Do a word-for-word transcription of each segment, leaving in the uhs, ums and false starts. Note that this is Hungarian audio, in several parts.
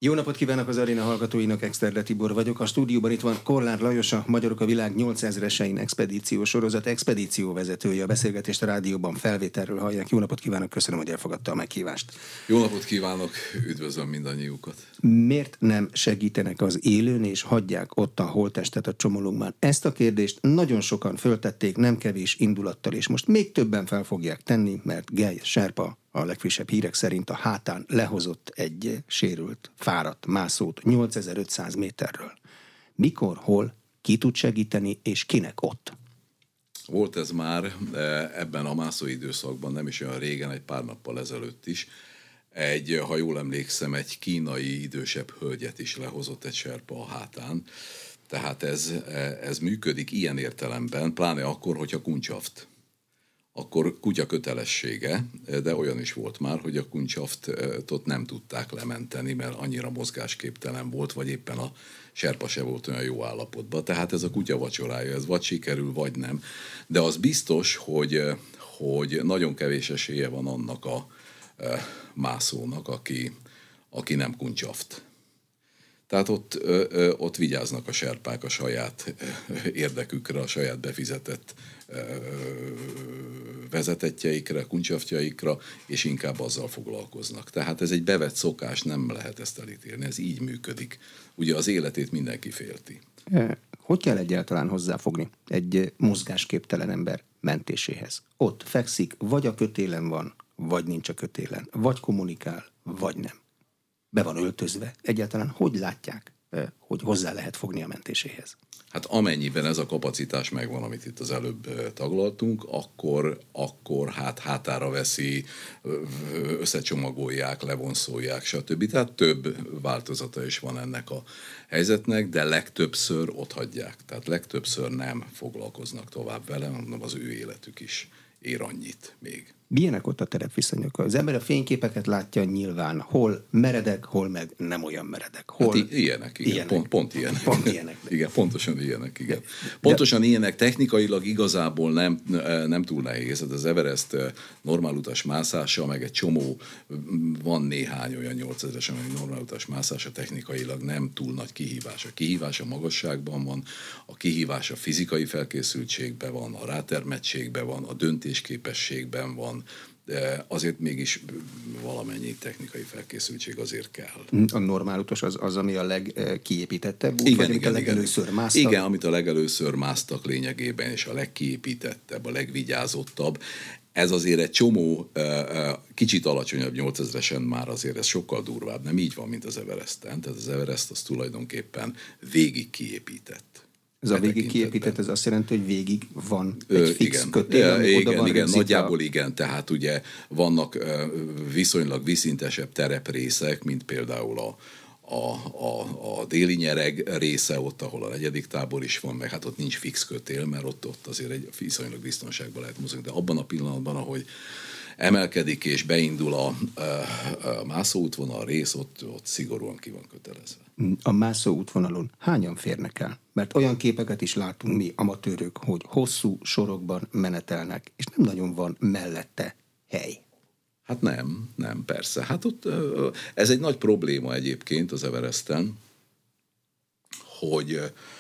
Jó napot kívánok az aréna hallgatóinak, Exterde Tibor vagyok. A stúdióban itt van Korlár Lajos, a Magyarok a világ nyolcezresein expedíciós sorozat expedícióvezetője. A beszélgetést a rádióban felvételről hallják. Jó napot kívánok, köszönöm, hogy elfogadta a meghívást. Jó napot kívánok, üdvözlöm mindannyiukat. Miért nem segítenek az élőn, és hagyják ott a holttestet a csomólunkban? Ezt a kérdést nagyon sokan föltették, nem kevés indulattal, és most még többen fel fogják tenni, mert Gely Sherpa a legfrissebb hírek szerint a hátán lehozott egy sérült, fáradt mászót nyolcezer-ötszáz méterről. Mikor, hol, ki tud segíteni, és kinek ott? Volt ez már ebben a mászó időszakban, nem is olyan régen, egy pár nappal ezelőtt is. Egy, ha jól emlékszem, egy kínai idősebb hölgyet is lehozott egy Sherpa a hátán. Tehát ez, ez működik ilyen értelemben, pláne akkor, hogyha kuncsaft. Akkor kutya kötelessége, de olyan is volt már, hogy a kuncsaftot nem tudták lementeni, mert annyira mozgásképtelen volt, vagy éppen a Sherpa se volt olyan jó állapotban. Tehát ez a kutya vacsorája, ez vagy sikerül, vagy nem. De az biztos, hogy, hogy nagyon kevés esélye van annak a mászónak, aki, aki nem kuncsaft. Tehát ott, ott vigyáznak a serpák a saját érdekükre, a saját befizetett vezetettjeikre, kuncsaftjaikra, és inkább azzal foglalkoznak. Tehát ez egy bevett szokás, nem lehet ezt elítélni, ez így működik. Ugye az életét mindenki félti. Hogy kell egyáltalán hozzáfogni egy mozgásképtelen ember mentéséhez? Ott fekszik, vagy a kötélen van, vagy nincs a kötélen, vagy kommunikál, vagy nem. Be van öltözve. Egyáltalán hogy látják, hogy hozzá lehet fogni a mentéséhez? Hát amennyiben ez a kapacitás megvan, amit itt az előbb taglaltunk, akkor, akkor hát hátára veszi, összecsomagolják, levonszolják, stb. Tehát több változata is van ennek a helyzetnek, de legtöbbször otthagyják. Tehát legtöbbször nem foglalkoznak tovább vele, hanem az ő életük is ér annyit még. Milyenek ott a terepviszonyok? Az ember a fényképeket látja nyilván, hol meredek, hol meg nem olyan meredek. Hol... Hát ilyenek, igen, ilyenek. Pont, pont ilyenek. Pont ilyenek. Igen, pontosan ilyenek, igen. Pontosan De... ilyenek, technikailag igazából nem, nem túl nehéz. Az Everest normálutas mászása, meg egy csomó, van néhány olyan nyolcezres, amely normálutas mászása technikailag nem túl nagy kihívás. A kihívás a magasságban van, a kihívás a fizikai felkészültségben van, a rátermettségben van, a döntésképességben van, de azért mégis valamennyi technikai felkészültség azért kell. A normálutas az, az ami a legkiépítettebb út, igen, vagy igen, amit a legelőször igen. másztak? Igen, amit a legelőször másztak lényegében, és a legkiépítettebb, a legvigyázottabb. Ez azért egy csomó, kicsit alacsonyabb nyolcezresen már azért ez sokkal durvább. Nem így van, mint az Everesten. Tehát az Everest az tulajdonképpen végig kiépített. Ez a végig kiépített, ez azt jelenti, hogy végig van egy Ö, fix igen. kötél, ami igen, oda van igen, rögzítve. nagyjából igen, tehát ugye vannak viszonylag vízszintesebb tereprészek, mint például a, a, a, a déli nyereg része, ott, ahol a negyedik tábor is van, meg hát ott nincs fix kötél, mert ott, ott azért egy viszonylag biztonságban lehet mozogni, de abban a pillanatban, ahogy emelkedik és beindul a, a, a mászóútvonal rész, ott, ott szigorúan ki van kötelezve. A mászóútvonalon hányan férnek el? Mert olyan képeket is látunk mi, amatőrök, hogy hosszú sorokban menetelnek, és nem nagyon van mellette hely. Hát nem, nem, persze. Hát ott ez egy nagy probléma egyébként az Everesten, hogy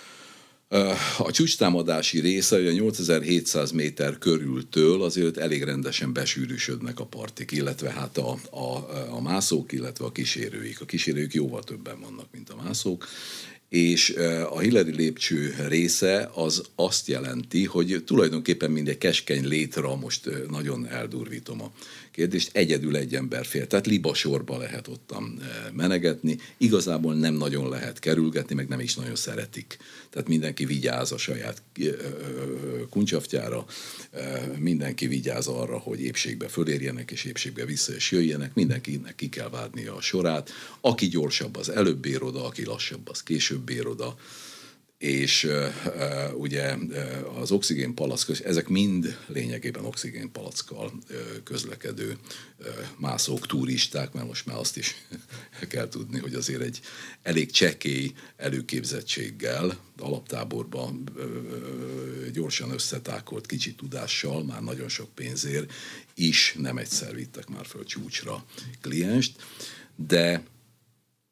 a csúcstámadási része, hogy a nyolcezer-hétszáz méter körültől azért elég rendesen besűrűsödnek a partik, illetve hát a, a, a mászók, illetve a kísérőik. A kísérőik jóval többen vannak, mint a mászók, és a Hillary lépcső része az azt jelenti, hogy tulajdonképpen mindegy keskeny létra, most nagyon eldurvítom a kérdést, egyedül egy ember fél. Tehát libasorba lehet ottan menegetni, igazából nem nagyon lehet kerülgetni, meg nem is nagyon szeretik. Tehát mindenki vigyáz a saját kuncsaftjára, mindenki vigyáz arra, hogy épségbe fölérjenek, és épségbe vissza is jöjjenek, mindenkinek ki kell várnia a sorát. Aki gyorsabb, az előbb ér oda, aki lassabb, az később ér oda. És uh, uh, ugye uh, az oxigénpalack, ezek mind lényegében oxigénpalackkal uh, közlekedő uh, mászók, turisták, mert most már azt is kell tudni, hogy azért egy elég csekély előképzettséggel, alaptáborban uh, gyorsan összetákolt kicsi tudással, már nagyon sok pénzért is nem egyszer vittek már föl csúcsra klienst, de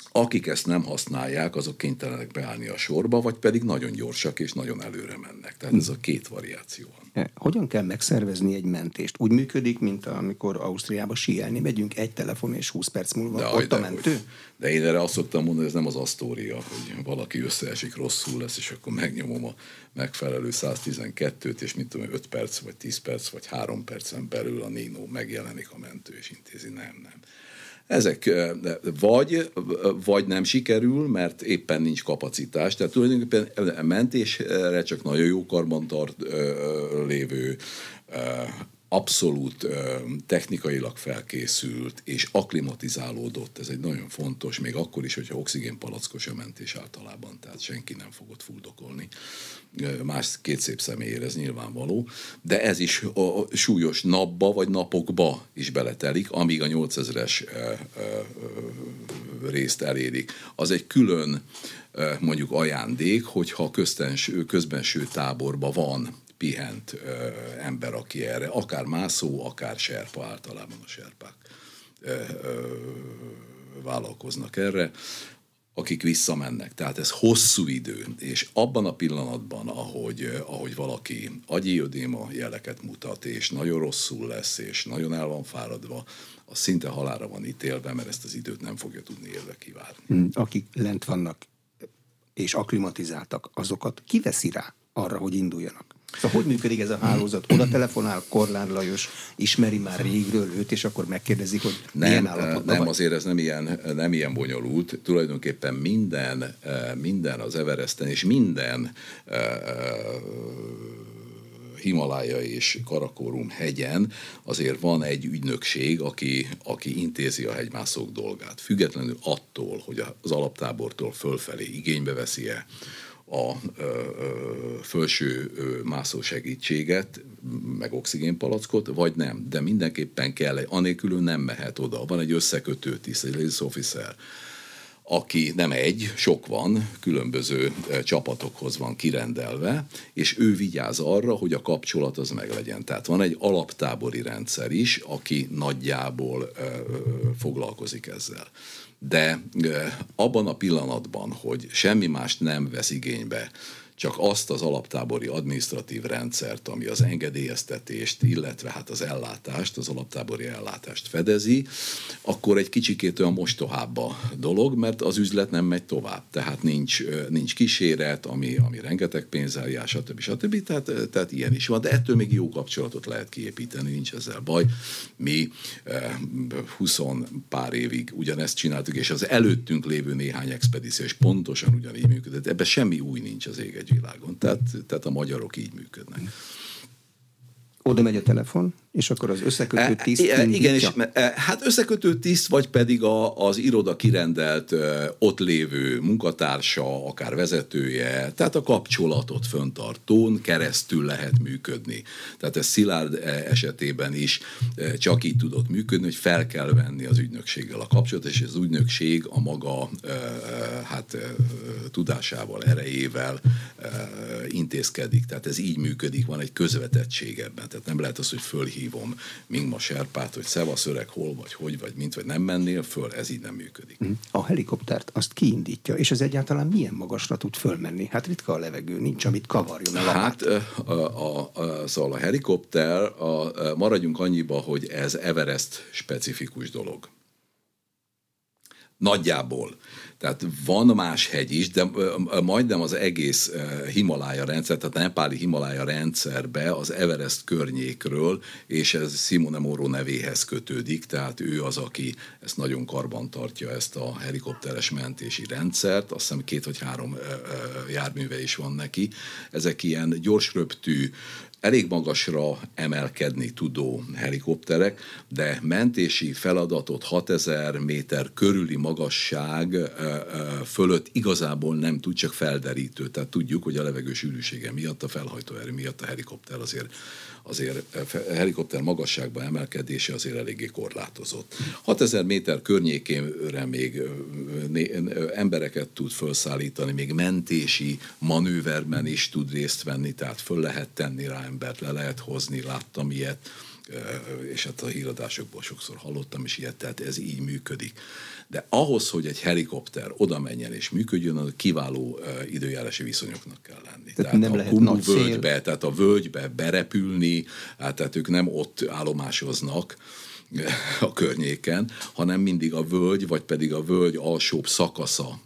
Akik ezt nem használják, azok kénytelenek beállni a sorba, vagy pedig nagyon gyorsak és nagyon előre mennek. Tehát ez a két variáció van. Hogyan kell megszervezni egy mentést? Úgy működik, mint amikor Ausztriába síelni megyünk, egy telefon és húsz perc múlva de ott a mentő? Hogy, de én erre azt szoktam mondani, ez nem az Astoria, hogy valaki összeesik, rosszul lesz, és akkor megnyomom a megfelelő száztizenkettőt, és mit tudom, öt perc, vagy tíz perc, vagy három percen belül a Nino megjelenik a mentő, és intézi. Nem, nem. Ezek vagy, vagy nem sikerül, mert éppen nincs kapacitás. Tehát tulajdonképpen a mentésre csak nagyon jó karbantartó lévő, abszolút technikailag felkészült és akklimatizálódott, ez egy nagyon fontos, még akkor is, hogyha oxigénpalackos a mentés általában, tehát senki nem fogott fuldokolni. Más két szép személyére ez nyilvánvaló, de ez is a súlyos napba vagy napokba is beletelik, amíg a nyolcezres részt elérik. Az egy külön mondjuk ajándék, hogyha köztenső, közbenső táborban van pihent ö, ember, aki erre, akár mászó, akár serpa, általában a serpák ö, ö, vállalkoznak erre, akik visszamennek. Tehát ez hosszú idő, és abban a pillanatban, ahogy, ahogy valaki agyiödéma jeleket mutat, és nagyon rosszul lesz, és nagyon el van fáradva, az szinte halálra van ítélve, mert ezt az időt nem fogja tudni élve kivárni. Akik lent vannak és akklimatizáltak, azokat kiveszi rá arra, hogy induljanak? Szóval hogy működik ez a hálózat? Oda telefonál Korlár Lajos, ismeri már régről őt, és akkor megkérdezik, hogy nem, milyen állapotban Nem, vagy? azért ez nem ilyen, nem ilyen bonyolult. Tulajdonképpen minden, minden az Everesten, és minden Himalája és Karakorum hegyen azért van egy ügynökség, aki, aki intézi a hegymászók dolgát. Függetlenül attól, hogy az alaptábortól fölfelé igénybe veszi-e a ö, ö, felső ö, mászó segítséget, meg oxigénpalackot, vagy nem. De mindenképpen kell, anélkül nem mehet oda. Van egy összekötő tiszt, egy liaison officer, aki nem egy, sok van, különböző csapatokhoz van kirendelve, és ő vigyáz arra, hogy a kapcsolat az meglegyen. Tehát van egy alaptábori rendszer is, aki nagyjából ö, foglalkozik ezzel. De abban a pillanatban, hogy semmi mást nem vesz igénybe, csak azt az alaptábori adminisztratív rendszert, ami az engedélyeztetést, illetve hát az ellátást, az alaptábori ellátást fedezi, akkor egy kicsikét olyan mostohább a dolog, mert az üzlet nem megy tovább. Tehát nincs, nincs kíséret, ami, ami rengeteg pénzzel jár, stb. stb. Tehát, tehát ilyen is van, de ettől még jó kapcsolatot lehet kiépíteni, nincs ezzel baj. Mi huszon pár évig ugyanezt csináltuk, és az előttünk lévő néhány expedíció is pontosan ugyanígy működött. Ebben semmi új nincs az ég egy világon. Tehát, tehát a magyarok így működnek. Oda megy a telefon, és akkor az összekötő tiszt e, igen, és, hát összekötő tiszt, vagy pedig a, az iroda kirendelt ott lévő munkatársa, akár vezetője, tehát a kapcsolatot föntartón keresztül lehet működni. Tehát ez Szilárd esetében is csak így tudott működni, hogy fel kell venni az ügynökséggel a kapcsolatot, és az ügynökség a maga hát, tudásával, erejével intézkedik. Tehát ez így működik, van egy közvetettség ebben. Tehát nem lehet az, hogy fölhívom Mingma Serpát, hogy szevasz öreg, hol vagy, hogy vagy, mint vagy nem mennél föl, ez így nem működik. A helikoptert azt kiindítja, és az egyáltalán milyen magasra tud fölmenni? Hát ritka a levegő, nincs, amit kavarjon a Hát a, a, a, szóval a helikopter, a, a, maradjunk annyiba, hogy ez Everest specifikus dolog. Nagyjából. Tehát van más hegy is, de majdnem az egész Himalája rendszer, tehát a nepáli Himalája rendszerbe az Everest környékről, és ez Simone Moro nevéhez kötődik, tehát ő az, aki ezt nagyon karbantartja, ezt a helikopteres mentési rendszert, azt hiszem két vagy három járműve is van neki. Ezek ilyen gyorsröptű, elég magasra emelkedni tudó helikopterek, de mentési feladatot hatezer méter körüli magasság fölött igazából nem tud, csak felderítő. Tehát tudjuk, hogy a levegő sűrűsége miatt, a felhajtóerő miatt a helikopter azért, azért a helikopter magasságba emelkedése azért eléggé korlátozott. hatezer méter környékére még embereket tud felszállítani, még mentési manőverben is tud részt venni, tehát föl lehet tenni rá embert, le lehet hozni, láttam ilyet, és hát a híradásokból sokszor hallottam is ilyet, tehát ez így működik. De ahhoz, hogy egy helikopter oda menjen és működjön, az kiváló időjárási viszonyoknak kell lenni. Tehát, tehát nem a Kumbu völgybe, tehát a völgybe berepülni, hát, tehát ők nem ott állomásoznak a környéken, hanem mindig a völgy, vagy pedig a völgy alsóbb szakasza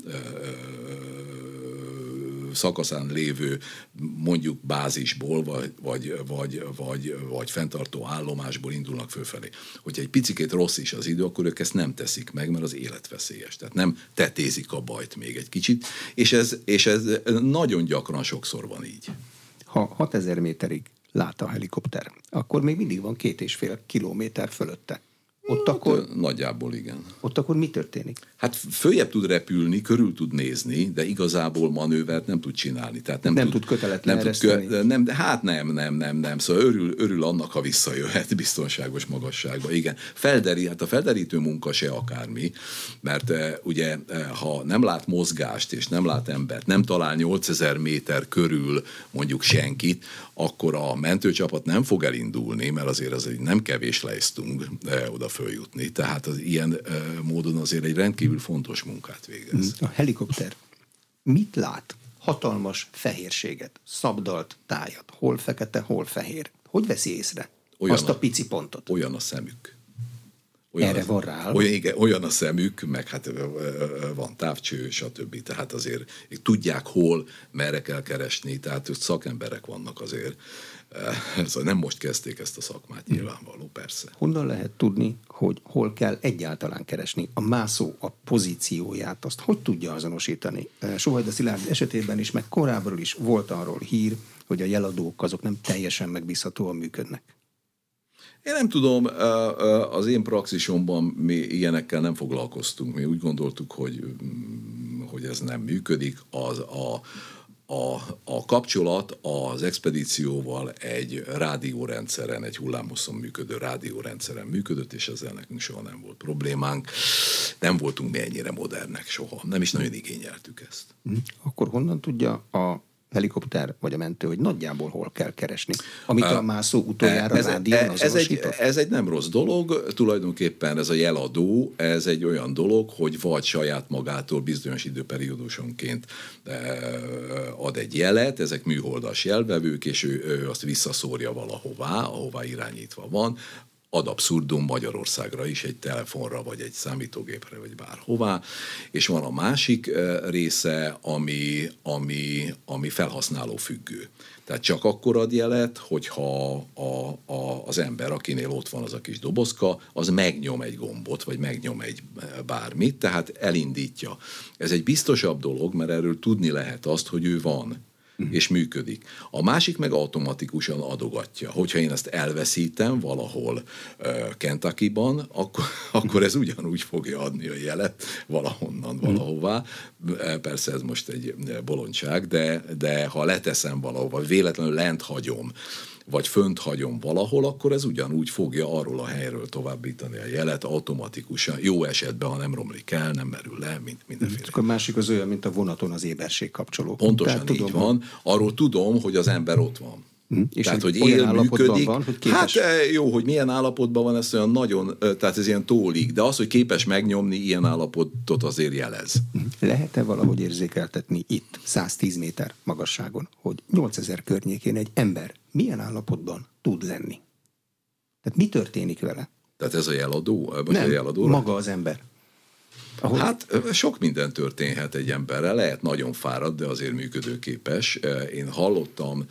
szakaszán lévő mondjuk bázisból, vagy, vagy, vagy, vagy, vagy fenntartó állomásból indulnak fölfelé. Hogyha egy picikét rossz is az idő, akkor ők ezt nem teszik meg, mert az életveszélyes. Tehát nem tetézik a bajt még egy kicsit, és ez, és ez nagyon gyakran sokszor van így. Ha hatezer méterig lát a helikopter, akkor még mindig van két és fél kilométer fölötte. Ott hát, akkor, nagyjából igen. Ott akkor mi történik? Hát följebb tud repülni, körül tud nézni, de igazából manővert nem tud csinálni. Tehát nem, nem tud, tud köteletlen nem tud kö, nem, Hát nem, nem, nem, nem. Szóval örül, örül annak, ha visszajöhet biztonságos magasságba. Igen. Felderi, hát a felderítő munka se akármi, mert e, ugye e, ha nem lát mozgást és nem lát embert, nem talál nyolcezer méter körül mondjuk senkit, akkor a mentőcsapat nem fog elindulni, mert azért az egy nem kevés lejsztunk e, oda följutni. Tehát az ilyen e, módon azért egy rendkívül fontos munkát végez. A helikopter mit lát? Hatalmas fehérséget, szabdalt tájat, hol fekete, hol fehér. Hogy veszi észre olyan azt a, a pici pontot? Olyan a szemük. Olyan Erre az, van rá. Olyan, igen, olyan a szemük, meg hát van távcső, stb. Tehát azért tudják hol, merre kell keresni, tehát szakemberek vannak azért. Szóval nem most kezdték ezt a szakmát, nyilvánvaló, persze. Honnan lehet tudni, hogy hol kell egyáltalán keresni a mászó, a pozícióját, azt hogy tudja azonosítani? Sohajda Szilárd esetében is, meg korábban is volt arról hír, hogy a jeladók azok nem teljesen megbízhatóan működnek. Én nem tudom, az én praxisomban mi ilyenekkel nem foglalkoztunk. Mi úgy gondoltuk, hogy, hogy ez nem működik. Az a, a, a kapcsolat az expedícióval egy rádiórendszeren, egy hullámhosszon működő rádiórendszeren működött, és ezzel nekünk soha nem volt problémánk. Nem voltunk mi ennyire modernek soha. Nem is nagyon igényeltük ezt. Akkor honnan tudja a helikopter vagy a mentő, hogy nagyjából hol kell keresni, amit a mászó utoljára ez, rádión ez, egy, ez egy nem rossz dolog, tulajdonképpen ez a jeladó, ez egy olyan dolog, hogy vagy saját magától bizonyos időperiódusonként ad egy jelet, ezek műholdas jelvevők, és ő, ő azt visszaszórja valahová, ahová irányítva van, ad abszurdum Magyarországra is, egy telefonra, vagy egy számítógépre, vagy bárhová, és van a másik része, ami, ami, ami felhasználó függő. Tehát csak akkor ad jelet, hogyha a, a, az ember, akinél ott van az a kis dobozka, az megnyom egy gombot, vagy megnyom egy bármit, tehát elindítja. Ez egy biztosabb dolog, mert erről tudni lehet azt, hogy ő van, és működik. A másik meg automatikusan adogatja. Hogyha én ezt elveszítem valahol uh, Kentuckyban, akkor, akkor ez ugyanúgy fogja adni a jelet valahonnan, valahová. Persze ez most egy bolondság, de, de ha leteszem valahova, véletlenül lent hagyom, vagy fönt hagyom valahol, akkor ez ugyanúgy fogja arról a helyről továbbítani a jelet automatikusan. Jó esetben, ha nem romlik el, nem merül le, mint mindenféle. A másik az olyan, mint a vonaton az éberség kapcsoló. Pontosan tehát, így tudom, van. Arról tudom, hogy az ember ott van. Hmm. És tehát, hogy él, működik. Van, hogy képes... Hát jó, hogy milyen állapotban van, ez olyan nagyon, tehát ez ilyen tólig, de az, hogy képes megnyomni, ilyen állapotot azért jelez. Lehet-e valahogy érzékeltetni itt, száztíz méter magasságon, hogy nyolcezer környékén egy ember milyen állapotban tud lenni? Tehát mi történik vele? Tehát ez a jeladó? Nem, a jeladó maga az ember. Ahol... Hát sok minden történhet egy emberrel, lehet nagyon fáradt, de azért működőképes. Én hallottam,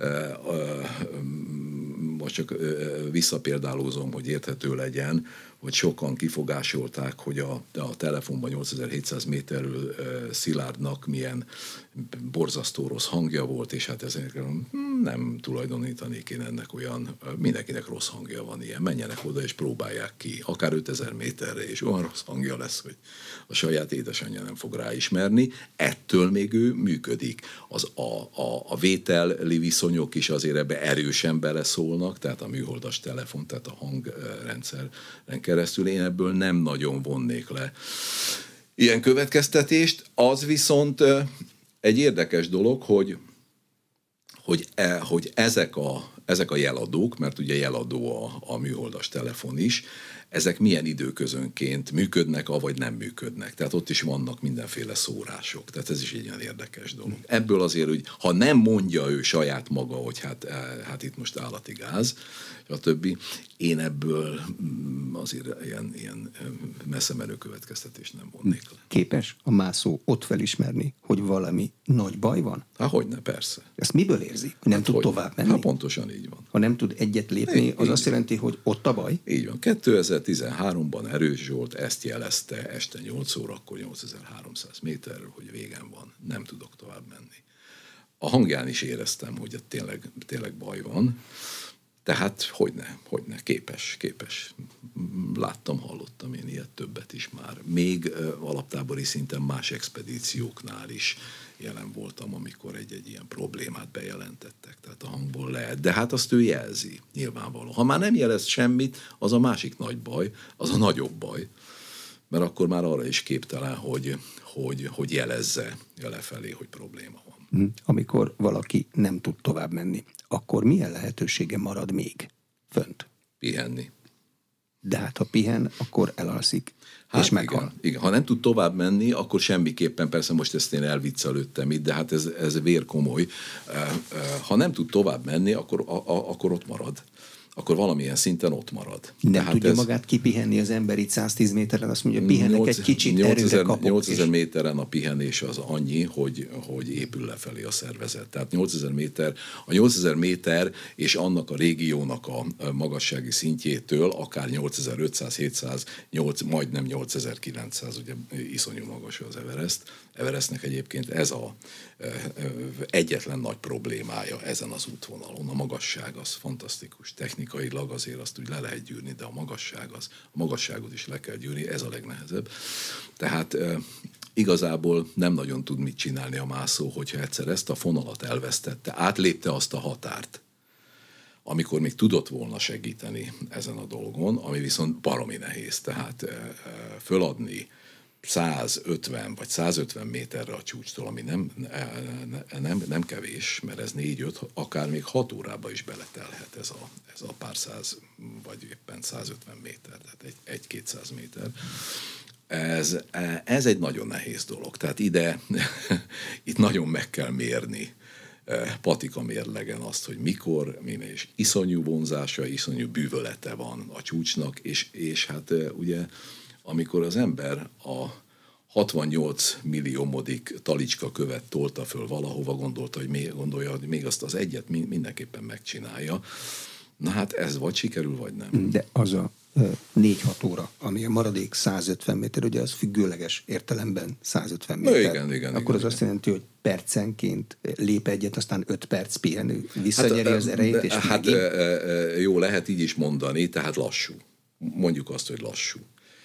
most csak visszapéldálózom, hogy érthető legyen, hogy sokan kifogásolták, hogy a, a telefonban nyolcezer-hétszáz méterről Szilárdnak milyen borzasztó rossz hangja volt, és hát ezért nem tulajdonítanék én ennek olyan, mindenkinek rossz hangja van ilyen, menjenek oda és próbálják ki, akár ötezer méterre, és olyan rossz hangja lesz, hogy a saját édesanyja nem fog ráismerni, ettől még ő működik. Az a, a, a vételi viszonyok is azért ebbe erősen beleszólnak, tehát a műholdas telefon, tehát a hangrendszeren keresztül én ebből nem nagyon vonnék le ilyen következtetést. Az viszont egy érdekes dolog, hogy, hogy, e, hogy ezek, a, ezek a jeladók, mert ugye jeladó a, a műholdas telefon is, ezek milyen időközönként működnek, avagy nem működnek. Tehát ott is vannak mindenféle szórások. Tehát ez is egy ilyen érdekes dolog. Ebből azért, hogy ha nem mondja ő saját maga, hogy hát, hát itt most állati gáz, stb. Én ebből azért ilyen, ilyen messze menő következtetést nem vonnék le. Képes a mászó ott felismerni, hogy valami nagy baj van? Há, hogyne, persze. Ezt miből érzi? Hogy nem hát tud hogyne. tovább menni? Hát pontosan így van. Ha nem tud egyet lépni, így, az így azt jelenti, hogy ott a baj? Így van. kétezer-tizenháromban Erős Zsolt ezt jelezte este nyolc órakor, nyolcezer-háromszáz méterről, hogy végem van, nem tudok tovább menni. A hangján is éreztem, hogy tényleg, tényleg baj van. Tehát hogyne, hogyne, képes, képes. Láttam, hallottam én ilyet többet is már. Még uh, alaptábori szinten más expedícióknál is jelen voltam, amikor egy-egy ilyen problémát bejelentettek. Tehát a hangból lehet. De hát azt ő jelzi, nyilvánvaló. Ha már nem jelez semmit, az a másik nagy baj, az a nagyobb baj. Mert akkor már arra is képtelen, hogy, hogy, hogy jelezze lefelé, hogy probléma van. Amikor valaki nem tud tovább menni, akkor milyen lehetősége marad még fönt? Pihenni. De hát ha pihen, akkor elalszik, hát és meghal. Igen, igen. Ha nem tud tovább menni, akkor semmiképpen, persze most ezt én elviccelődtem itt, de hát ez, ez vérkomoly. Ha nem tud tovább menni, akkor, a, a, akkor ott marad. Akkor valamilyen szinten ott marad. Nem Tehát tudja ez magát kipihenni az ember itt száztíz méteren, azt mondja, pihennek egy kicsit, erőre kapok. nyolcezer méteren a pihenés az annyi, hogy, hogy épül lefelé a szervezet. Tehát nyolcezer méter, a nyolcezer méter és annak a régiónak a magassági szintjétől akár nyolcezer-ötszáz-hétszáz, majdnem nyolcezer-kilencszáz, ugye iszonyú magas az Everest. Everestnek egyébként ez a egyetlen nagy problémája ezen az útvonalon. A magasság az fantasztikus. Technikailag azért azt úgy le lehet gyűrni, de a magasság az, a magasságot is le kell gyűrni, ez a legnehezebb. Tehát igazából nem nagyon tud mit csinálni a mászó, hogyha egyszer ezt a fonalat elvesztette, átlépte azt a határt, amikor még tudott volna segíteni ezen a dolgon, ami viszont baromi nehéz. Tehát föladni százötven vagy százötven méterre a csúcstól, ami nem, nem, nem kevés, mert ez négy-öt, akár még hat órába is beletelhet ez a, ez a pár száz, vagy éppen százötven méter, tehát egy, egy-kétszáz méter. Ez, ez egy nagyon nehéz dolog. Tehát ide, itt nagyon meg kell mérni patika mérlegen azt, hogy mikor, minden, és iszonyú vonzása, iszonyú bűvölete van a csúcsnak, és, és hát ugye amikor az ember a hatvannyolc milliómodik talicska követ tolta föl valahova, gondolta, hogy még, gondolja, hogy még azt az egyet mindenképpen megcsinálja. Na hát ez vagy sikerül, vagy nem. De az a négy-hat óra, ami a maradék százötven méter, ugye az függőleges értelemben százötven méter. Na, igen, igen, Akkor igen, az igen. azt jelenti, hogy percenként lép egyet, aztán öt perc pihenő, visszanyeri hát, az erejét, és hát megint... jó, lehet így is mondani, tehát lassú. Mondjuk azt, hogy lassú.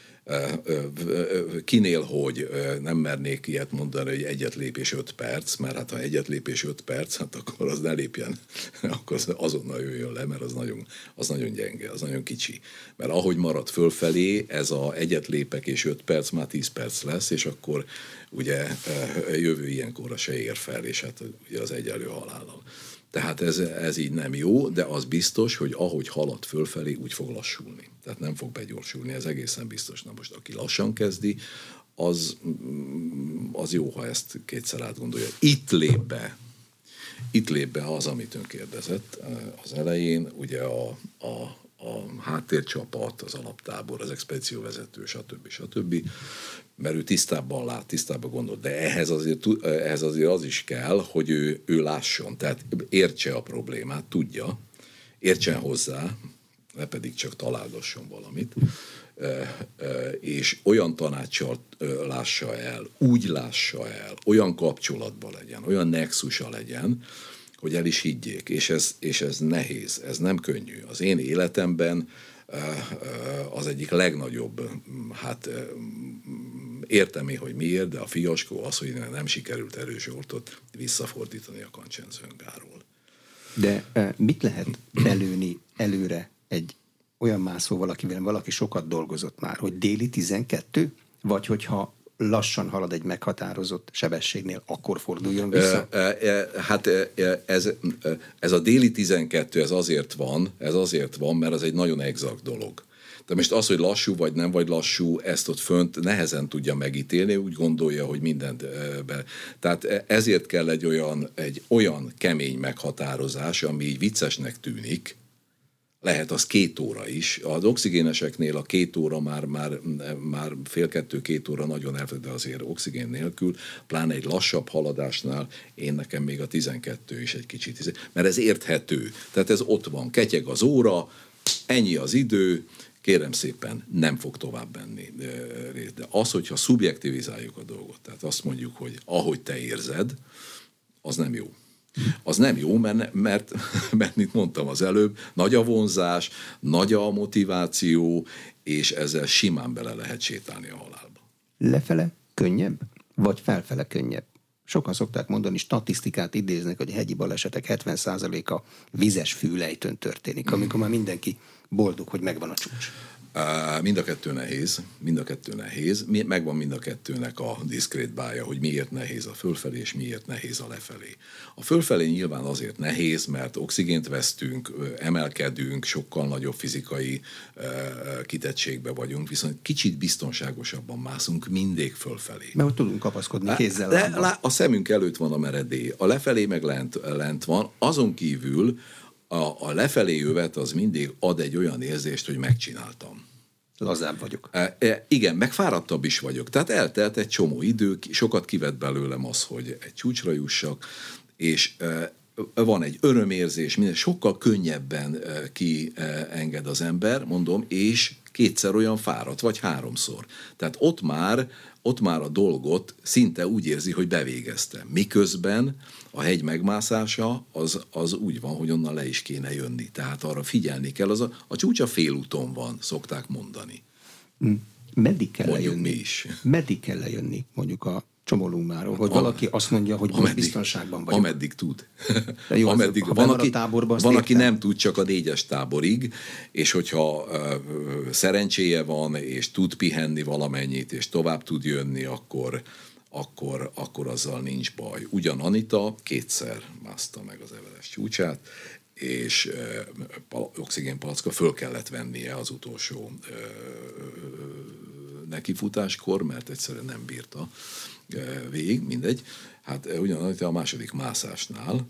Kinél, hogy nem mernék ilyet mondani, hogy egyet lépés öt perc, mert hát ha egyet lépés öt perc, hát akkor az ne lépjen, akkor azonnal jöjjön le, mert az nagyon, az nagyon gyenge, az nagyon kicsi. Mert ahogy marad fölfelé, ez a egyet lépek és öt perc már tíz perc lesz, és akkor ugye jövő ilyenkorra se ér fel, és hát ugye az egyenlő halállal. Tehát ez, ez így nem jó, de az biztos, hogy ahogy halad fölfelé, úgy fog lassulni. Tehát nem fog begyorsulni, ez egészen biztos. Na most, aki lassan kezdi, az, az jó, ha ezt kétszer átgondolja. Itt lép be, itt lép be az, amit ön kérdezett az elején, ugye a, a, a háttércsapat, az alaptábor, az expedícióvezető, stb. stb. Mert ő tisztábban lát, tisztábban gondol. De ehhez azért, ehhez azért az is kell, hogy ő, ő lásson, tehát értse a problémát, tudja, értsen hozzá, ne pedig csak találgasson valamit, és olyan tanácssal lássa el, úgy lássa el, olyan kapcsolatban legyen, olyan nexusa legyen, hogy el is higgyék. És ez, és ez nehéz, ez nem könnyű. Az én életemben az egyik legnagyobb, hát értem én, hogy miért, de a fiaskó az, hogy nem sikerült Erős Zsoltot visszafordítani a Kancsenjungáról. De mit lehet belőni előre egy olyan mászóval, akivel valaki sokat dolgozott már, hogy déli tizenkettő? Vagy hogyha lassan halad egy meghatározott sebességnél, akkor forduljon vissza? E, e, hát e, ez, ez a déli tizenkettő, ez azért van, ez azért van, mert az egy nagyon exakt dolog. De most az, hogy lassú vagy nem vagy lassú, ezt ott fönt nehezen tudja megítélni, úgy gondolja, hogy mindent be. Tehát ezért kell egy olyan, egy olyan kemény meghatározás, ami így viccesnek tűnik, lehet az két óra is. Az oxigéneseknél a két óra már, már, már fél kettő, két óra nagyon elfed, de azért oxigén nélkül, pláne egy lassabb haladásnál én nekem még a tizenkettő is egy kicsit, mert ez érthető. Tehát ez ott van, ketyeg az óra, ennyi az idő, kérem szépen, nem fog tovább menni. De az, hogyha szubjektivizáljuk a dolgot, tehát azt mondjuk, hogy ahogy te érzed, az nem jó. Az nem jó, mert, mert, mert mint mondtam az előbb, nagy a vonzás, nagy a motiváció, és ezzel simán bele lehet sétálni a halálba. Lefele könnyebb, vagy felfele könnyebb? Sokan szokták mondani, statisztikát idéznek, hogy a hegyi balesetek hetven százaléka vizes fűlejtőn történik, amikor már mindenki boldog, hogy megvan a csúcs. Uh, mind a kettő nehéz, mind a kettő nehéz, megvan mind a kettőnek a diszkrét bája, hogy miért nehéz a fölfelé, és miért nehéz a lefelé. A fölfelé nyilván azért nehéz, mert oxigént vesztünk, emelkedünk, sokkal nagyobb fizikai uh, kitettségbe vagyunk, viszont kicsit biztonságosabban mászunk mindig fölfelé. Mert hogy tudunk kapaszkodni kézzel. De, de a szemünk előtt van a meredély, a lefelé meg lent, lent van, azon kívül A, a lefelé jövet az mindig ad egy olyan érzést, hogy megcsináltam. Lazább vagyok. E, e, igen, meg fáradtabb is vagyok. Tehát eltelt egy csomó idő, sokat kivett belőlem az, hogy egy csúcsra jussak, és e, van egy örömérzés, minden sokkal könnyebben e, kienged az ember, mondom, és kétszer olyan fáradt, vagy háromszor. Tehát ott már, ott már a dolgot szinte úgy érzi, hogy bevégeztem. Miközben a hegy megmászása az, az úgy van, hogy onnan le is kéne jönni. Tehát arra figyelni kell. Az a, a csúcs a félúton van, szokták mondani. Meddig kell mondjuk lejönni? mi is. Meddig kell lejönni, mondjuk a Csomolungmáról, hogy valaki azt mondja, hogy ameddig, biztonságban vagyok. Ameddig tud. Jó, ameddig, ha van, aki, táborba, van aki nem tud csak a négyes táborig, és hogyha uh, szerencséje van, és tud pihenni valamennyit, és tovább tud jönni, akkor, akkor, akkor azzal nincs baj. Ugyan Anita kétszer mászta meg az Everest csúcsát, és uh, oxigénpalacka föl kellett vennie az utolsó uh, nekifutáskor, mert egyszerűen nem bírta végig, mindegy. Hát ugyanúgy a második mászásnál,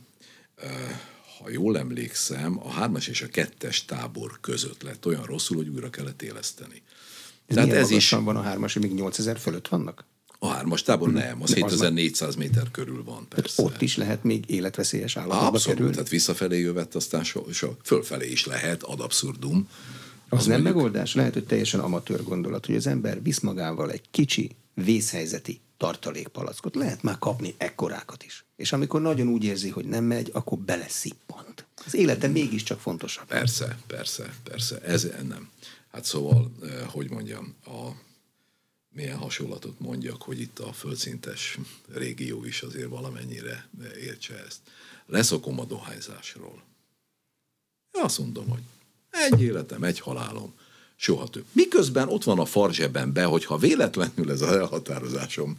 ha jól emlékszem, a hármas és a kettes tábor között lett olyan rosszul, hogy újra kellett éleszteni. Ez Tehát ez is van a hármas, még nyolcezer fölött vannak? A hármas tábor nem, az hétezer-négyszáz méter körül van, persze. Ott is lehet még életveszélyes állapotba kerülni? Tehát visszafelé jövett, aztán so, so, fölfelé is lehet, ad abszurdum. Az, az nem mondjuk... megoldás? Lehet, hogy teljesen amatőr gondolat, hogy az ember visz magával egy kicsi vészhelyzeti tartalékpalackot. Lehet már kapni ekkorákat is. És amikor nagyon úgy érzi, hogy nem megy, akkor beleszippant. Az élete mégiscsak fontosabb. Persze, persze, persze. Ez nem. Hát szóval, hogy mondjam, a milyen hasonlatot mondjak, hogy itt a földszintes régió is azért valamennyire értse ezt. Leszokom a dohányzásról. Én azt mondom, hogy egy életem, egy halálom, soha több. Miközben ott van a farzsebemben, hogyha véletlenül ez az elhatározásom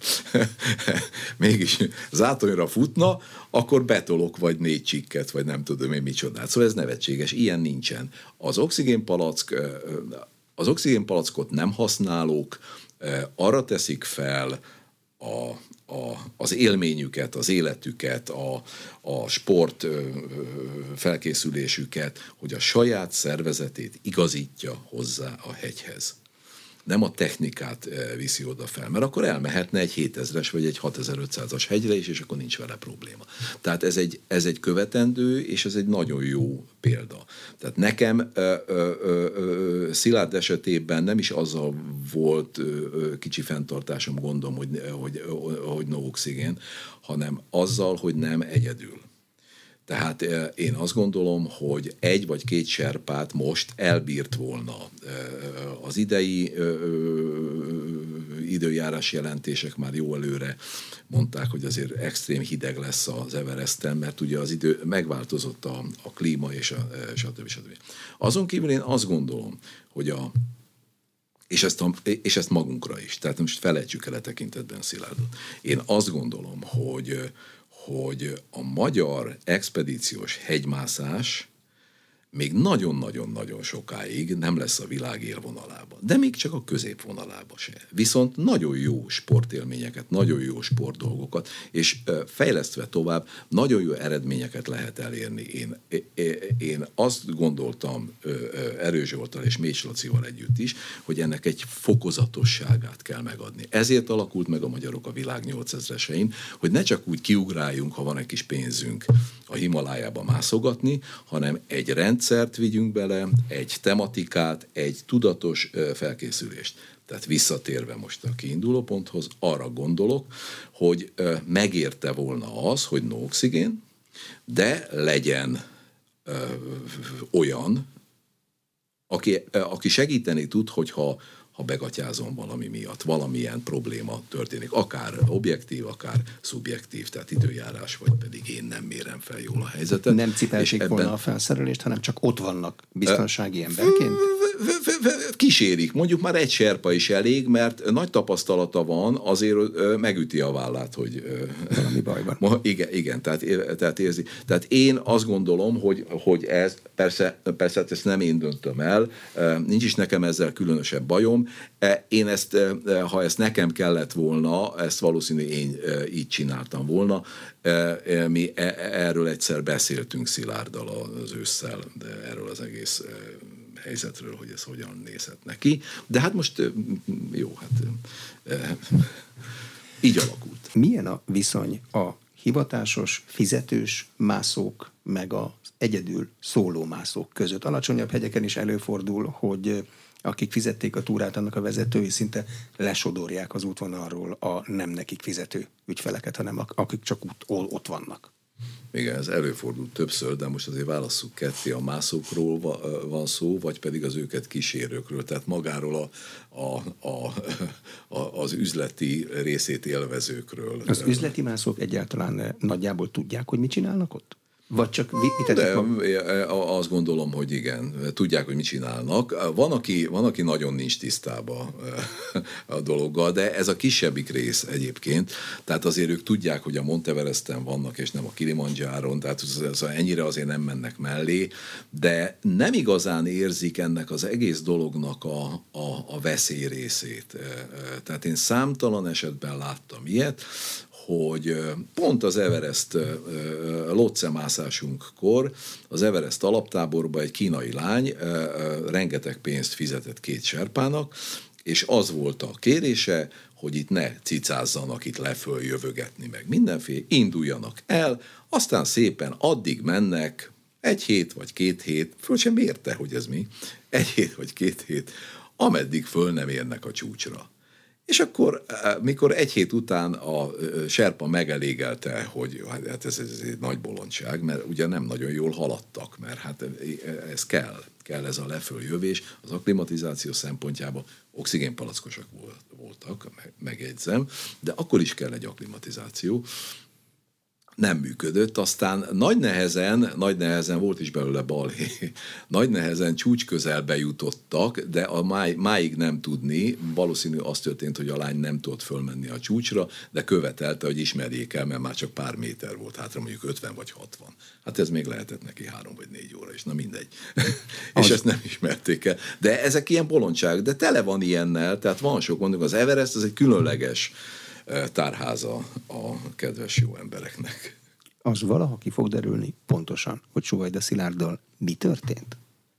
mégis zátonyra futna, akkor betolok vagy négy csikket, vagy nem tudom én micsodát. Szóval ez nevetséges, ilyen nincsen. Az oxigénpalack, az oxigénpalackot nem használók, arra teszik fel a, a, az élményüket, az életüket, a, a sport felkészülésüket, hogy a saját szervezetét igazítja hozzá a hegyhez. Nem a technikát viszi oda fel, mert akkor elmehetne egy hétezres vagy egy hatezer-ötszázas hegyre is, és akkor nincs vele probléma. Tehát ez egy, ez egy követendő, és ez egy nagyon jó példa. Tehát nekem ö, ö, ö, Szilárd esetében nem is azzal volt ö, kicsi fenntartásom, gondom, hogy, hogy, hogy no oxigén, hanem azzal, hogy nem egyedül. Tehát én azt gondolom, hogy egy vagy két serpát most elbírt volna. Az idei időjárás jelentések már jó előre mondták, hogy azért extrém hideg lesz az Everesten, mert ugye az idő megváltozott a, a klíma és a stb. stb. Azon kívül én azt gondolom, hogy a És ezt, a, és ezt magunkra is. Tehát most felejtsük el a tekintetben Szilárdot. Én azt gondolom, hogy, hogy a magyar expedíciós hegymászás még nagyon-nagyon-nagyon sokáig nem lesz a világ élvonalában. De még csak a középvonalában se. Viszont nagyon jó sportélményeket, nagyon jó sportdolgokat, és fejlesztve tovább nagyon jó eredményeket lehet elérni. Én, én azt gondoltam Erős Zsolttal és Mécs Lacival együtt is, hogy ennek egy fokozatosságát kell megadni. Ezért alakult meg a magyarok a világ nyolcezresein, hogy ne csak úgy kiugráljunk, ha van egy kis pénzünk a Himalájába mászogatni, hanem egy rendszert vigyünk bele, egy tematikát, egy tudatos felkészülést. Tehát visszatérve most a kiinduló ponthoz, arra gondolok, hogy megérte volna az, hogy no oxigén, de legyen ö, olyan, aki, aki segíteni tud, hogyha ha begatyázom valami miatt, valamilyen probléma történik, akár objektív, akár szubjektív, tehát időjárás, vagy pedig én nem mérem fel jól a helyzetet. Nem cipelték ebben... volna a felszerelést, hanem csak ott vannak biztonsági emberként? Kísérik, mondjuk már egy serpa is elég, mert nagy tapasztalata van, azért megüti a vállát, hogy... Valami baj van. Igen, igen, tehát, tehát érzi. Tehát én azt gondolom, hogy, hogy ez, persze, persze ezt nem én döntöm el, nincs is nekem ezzel különösebb bajom. Én ezt, ha ezt nekem kellett volna, ezt valószínű én így csináltam volna. Mi erről egyszer beszéltünk Szilárddal az ősszel, de erről az egész helyzetről, hogy ez hogyan nézhet neki. De hát most jó, hát így alakult. Milyen a viszony a hivatásos, fizetős mászók meg az egyedül szólómászók között? Alacsonyabb hegyeken is előfordul, hogy akik fizették a túrát, annak a vezetői szinte lesodorják az útvonalról a nem nekik fizető ügyfeleket, hanem akik csak ott, ott vannak. Igen, ez előfordult többször, de most azért válasszuk ketté, a mászókról van szó, vagy pedig az őket kísérőkről, tehát magáról a, a, a, a, az üzleti részét élvezőkről. Az üzleti mászók egyáltalán nagyjából tudják, hogy mit csinálnak ott? Vagy csak vitetik maguk? Azt gondolom, hogy igen, tudják, hogy mit csinálnak. Van aki, van, aki nagyon nincs tisztában a dologgal, de ez a kisebbik rész egyébként. Tehát azért ők tudják, hogy a Monteveresten vannak, és nem a Kilimanjáron, tehát az, ennyire azért nem mennek mellé, de nem igazán érzik ennek az egész dolognak a, a, a veszély részét. Tehát én számtalan esetben láttam ilyet, hogy pont az Everest lotcemászásunkkor az Everest alaptáborba egy kínai lány rengeteg pénzt fizetett két serpának, és az volt a kérése, hogy itt ne cicázzanak itt leföl jövögetni meg mindenféle, induljanak el, aztán szépen addig mennek, egy hét vagy két hét, föl sem érte, hogy ez mi, egy hét vagy két hét, ameddig föl nem érnek a csúcsra. És akkor, mikor egy hét után a serpa megelégelte, hogy hát ez, ez egy nagy bolondság, mert ugye nem nagyon jól haladtak, mert hát ez kell, kell ez a leföljövés, az akklimatizáció szempontjából oxigénpalackosak voltak, megjegyzem, de akkor is kell egy akklimatizáció. Nem működött, aztán nagy nehezen, nagy nehezen volt is belőle balhé, nagy nehezen csúcs közelbe jutottak, de a máj, máig nem tudni, valószínű az történt, hogy a lány nem tudott fölmenni a csúcsra, de követelte, hogy ismerjék el, mert már csak pár méter volt hátra, mondjuk ötven vagy hatvan. Hát ez még lehetett neki három vagy négy óra is, na mindegy. És ezt nem ismerték el. De ezek ilyen bolondság, de tele van ilyennel, tehát van sok, mondjuk az Everest, ez egy különleges tárháza a kedves jó embereknek. Az valaha ki fog derülni pontosan, hogy Suvajda Szilárddal mi történt?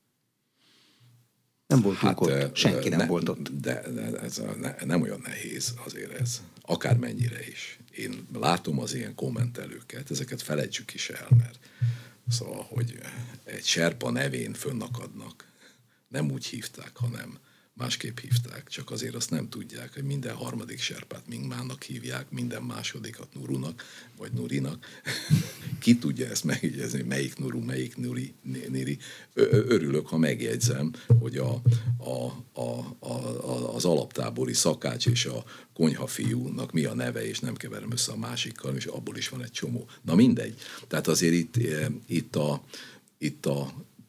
Nem voltunk hát, ott, senki nem ne, volt ott. De, de ez a, ne, nem olyan nehéz azért ez, akármennyire is. Én látom az ilyen kommentelőket, ezeket felejtsük is el, mert szóval, hogy egy serpa nevén fönnakadnak. Nem úgy hívták, hanem másképp hívták, csak azért azt nem tudják, hogy minden harmadik serpát Mingmának hívják, minden másodikat Nurunak, vagy Nurinak. Ki tudja ezt megjegyezni, melyik Nuru, melyik Nuri, Niri. Örülök, ha megjegyzem, hogy a, a, a, a, az alaptábori szakács és a konyhafiúnak mi a neve, és nem keverem össze a másikkal, és abból is van egy csomó. Na mindegy. Tehát azért itt, itt a, itt a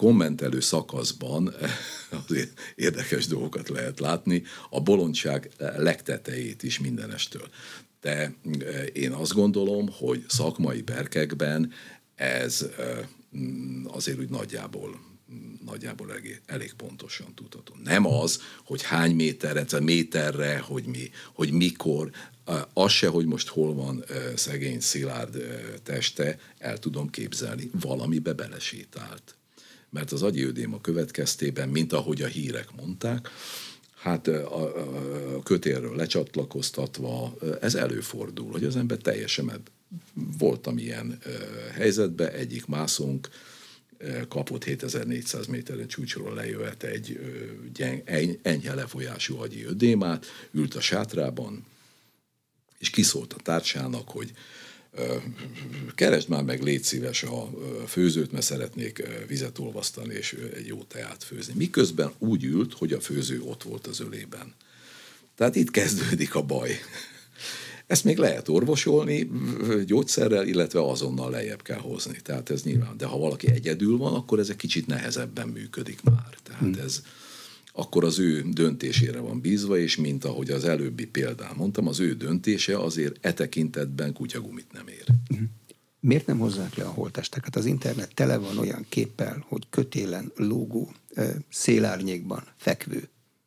kommentelő szakaszban azért érdekes dolgokat lehet látni, a bolondság legtetejét is mindenestől. De én azt gondolom, hogy szakmai berkekben ez azért úgy nagyjából, nagyjából elég, elég pontosan tudható. Nem az, hogy hány méterre, méterre, hogy, mi, hogy mikor, az se, hogy most hol van szegény Szilárd teste, el tudom képzelni, valamibe belesétált. Mert az agyiödéma következtében, mint ahogy a hírek mondták, hát a kötélről lecsatlakoztatva ez előfordul, hogy az ember teljesen, mert voltam ilyen helyzetben, egyik mászónk kapott hétezer-négyszáz méteren csúcsról lejöhet egy gyeng, enyhe lefolyású agyi ödémát, ült a sátrában, és kiszólt a társának, hogy keresd már meg, légy szíves a főzőt, mert szeretnék vizet olvasztani, és egy jó teát főzni. Miközben úgy ült, hogy a főző ott volt az ölében. Tehát itt kezdődik a baj. Ezt még lehet orvosolni gyógyszerrel, illetve azonnal lejjebb kell hozni. Tehát ez nyilván. De ha valaki egyedül van, akkor ez egy kicsit nehezebben működik már. Tehát ez akkor az ő döntésére van bízva, és mint ahogy az előbbi példán mondtam, az ő döntése azért e tekintetben kutyagumit nem ér. Miért nem hozzák le a holttesteket? Az internet tele van olyan képpel, hogy kötélen lógó, szélárnyékban fekvő,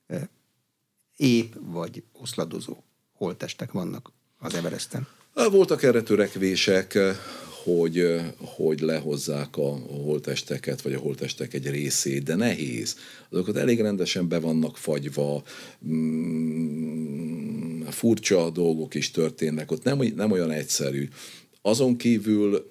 ép vagy oszladozó holttestek vannak az Everesten. Voltak erre törekvések, hogy, hogy lehozzák a holttesteket, vagy a holttestek egy részét, de nehéz. Azokat elég rendesen be vannak fagyva, mm, furcsa dolgok is történnek, ott nem, nem olyan egyszerű. Azon kívül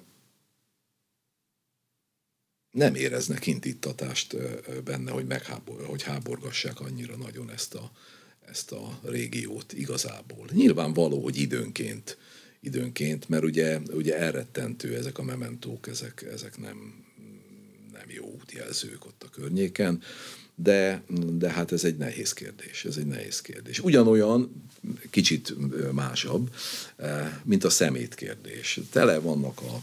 nem éreznek intittatást benne, hogy, meghábor, hogy háborgassák annyira nagyon ezt a, ezt a régiót igazából. Nyilvánvaló, hogy időnként, időnként mert ugye, ugye elrettentő ezek a mementók, ezek, ezek nem, nem jó útjelzők ott a környéken, de, de hát ez egy nehéz kérdés, ez egy nehéz kérdés. Ugyanolyan, kicsit másabb, mint a szemét kérdés. Tele vannak a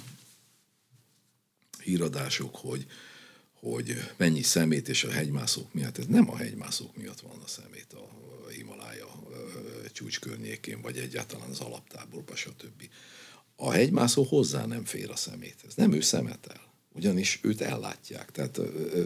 híradások, hogy, hogy mennyi szemét, és a hegymászók miatt. Ez nem a hegymászók miatt van a szemét a Himalája csúcs környékén, vagy egyáltalán az alaptáborban, stb. A hegymászó hozzá nem fér a szemét. Ez nem ő szemetel, ugyanis őt ellátják. Tehát